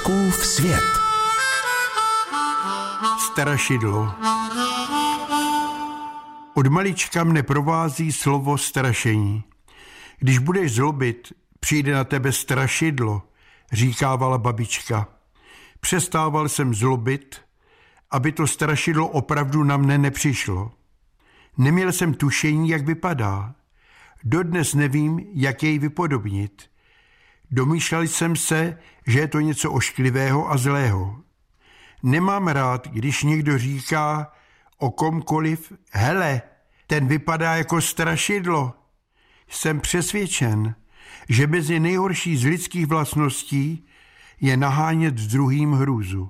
Fouskův svět. Strašidlo. Od malička mne provází slovo strašení. Když budeš zlobit, přijde na tebe strašidlo, říkávala babička. Přestával jsem zlobit, aby to strašidlo opravdu na mne nepřišlo. Neměl jsem tušení, jak vypadá. Dodnes nevím, jak jej vypodobnit. Domýšlel jsem se, že je to něco ošklivého a zlého. Nemám rád, když někdo říká o komkoliv, hele, ten vypadá jako strašidlo. Jsem přesvědčen, že mezi nejhorší z lidských vlastností je nahánět druhým hrůzu.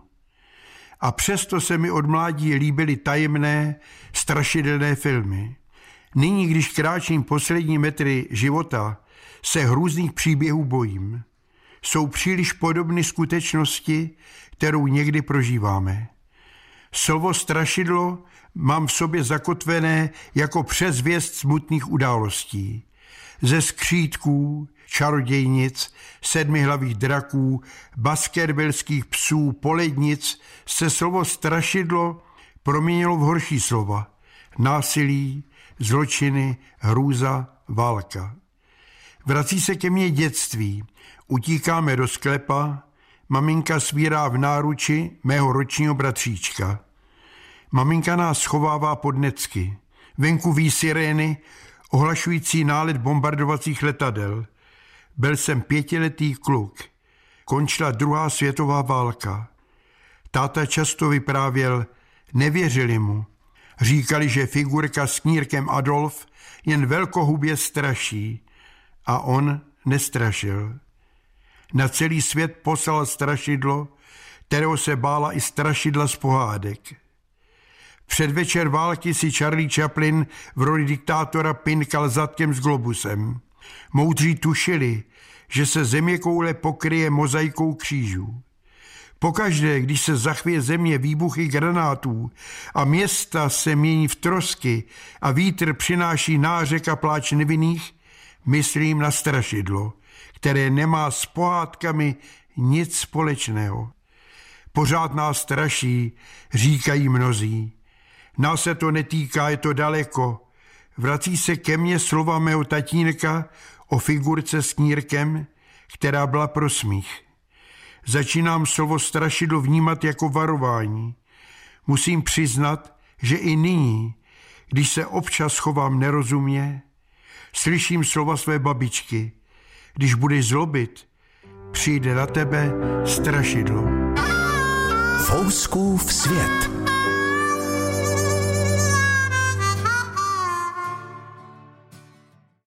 A přesto se mi od mládí líbily tajemné, strašidelné filmy. Nyní, když kráčím poslední metry života, se hrůzných příběhů bojím. Jsou příliš podobny skutečnosti, kterou někdy prožíváme. Slovo strašidlo mám v sobě zakotvené jako předzvěst smutných událostí. Ze skřítků, čarodějnic, sedmihlavých draků, baskervilských psů, polednic se slovo strašidlo proměnilo v horší slova. Násilí, zločiny, hrůza, válka. Vrací se ke mně dětství. Utíkáme do sklepa, maminka svírá v náruči mého ročního bratříčka. Maminka nás schovává pod necky. Venku ví sirény, ohlašující nálet bombardovacích letadel. Byl jsem 5letý kluk. Končila druhá světová válka. Táta často vyprávěl, nevěřili mu. Říkali, že figurka s knírkem Adolf jen velkohubě straší. A on nestrašil. Na celý svět poslal strašidlo, kterého se bála i strašidla z pohádek. Předvečer války si Charlie Chaplin v roli diktátora pinkal zadkem s globusem. Moudří tušili, že se zeměkoule pokryje mozaikou křížů. Pokaždé, když se zachvěje země výbuchy granátů a města se mění v trosky a vítr přináší nářek a pláč nevinných, myslím na strašidlo, které nemá s pohádkami nic společného. Pořád nás straší, říkají mnozí. Nás se to netýká, je to daleko. Vrací se ke mně slova mého tatínka o figurce s knírkem, která byla pro smích. Začínám slovo strašidlo vnímat jako varování. Musím přiznat, že i nyní, když se občas chovám nerozumně, slyším slova své babičky. Když budeš zlobit, přijde na tebe strašidlo. Fouskův svět.